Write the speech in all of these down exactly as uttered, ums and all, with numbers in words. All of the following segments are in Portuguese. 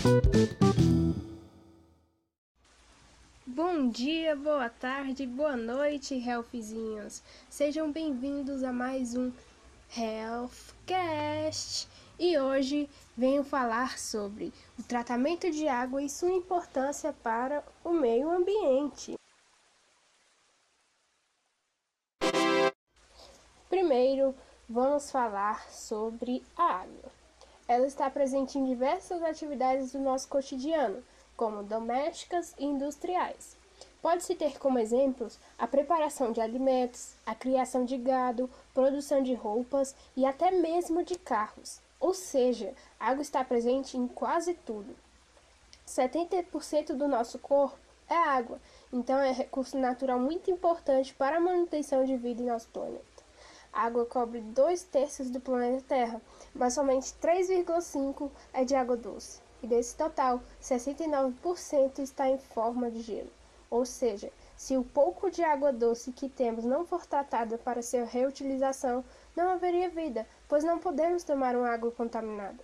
Bom dia, boa tarde, boa noite, Healthzinhos. Sejam bem-vindos a mais um Healthcast. E hoje venho falar sobre o tratamento de água e sua importância para o meio ambiente. Primeiro, vamos falar sobre a água. Ela está presente em diversas atividades do nosso cotidiano, como domésticas e industriais. Pode-se ter como exemplos a preparação de alimentos, a criação de gado, produção de roupas e até mesmo de carros. Ou seja, a água está presente em quase tudo. setenta por cento do nosso corpo é água, então é um recurso natural muito importante para a manutenção de vida em nosso planeta. A água cobre dois terços do planeta Terra, mas somente três vírgula cinco por cento é de água doce. E desse total, sessenta e nove por cento está em forma de gelo. Ou seja, se o pouco de água doce que temos não for tratada para sua reutilização, não haveria vida, pois não podemos tomar uma água contaminada.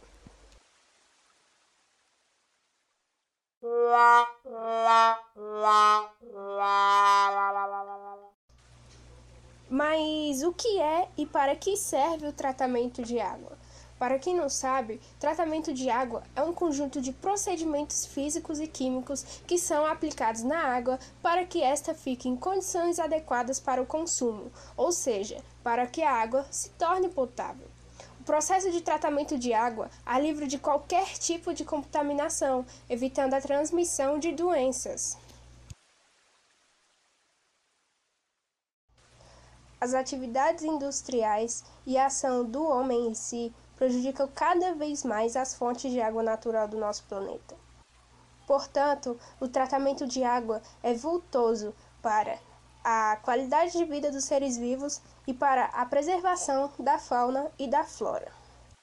Mas o que é e para que serve o tratamento de água? Para quem não sabe, tratamento de água é um conjunto de procedimentos físicos e químicos que são aplicados na água para que esta fique em condições adequadas para o consumo, ou seja, para que a água se torne potável. O processo de tratamento de água a livre de qualquer tipo de contaminação, evitando a transmissão de doenças. As atividades industriais e a ação do homem em si prejudicam cada vez mais as fontes de água natural do nosso planeta. Portanto, o tratamento de água é vultoso para a qualidade de vida dos seres vivos e para a preservação da fauna e da flora.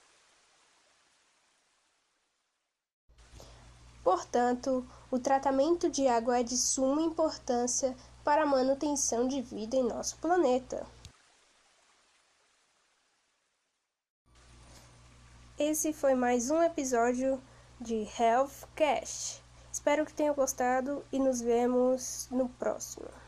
Portanto, o tratamento de água é de suma importância para a manutenção de vida em nosso planeta. Esse foi mais um episódio de Healthcast. Espero que tenham gostado e nos vemos no próximo.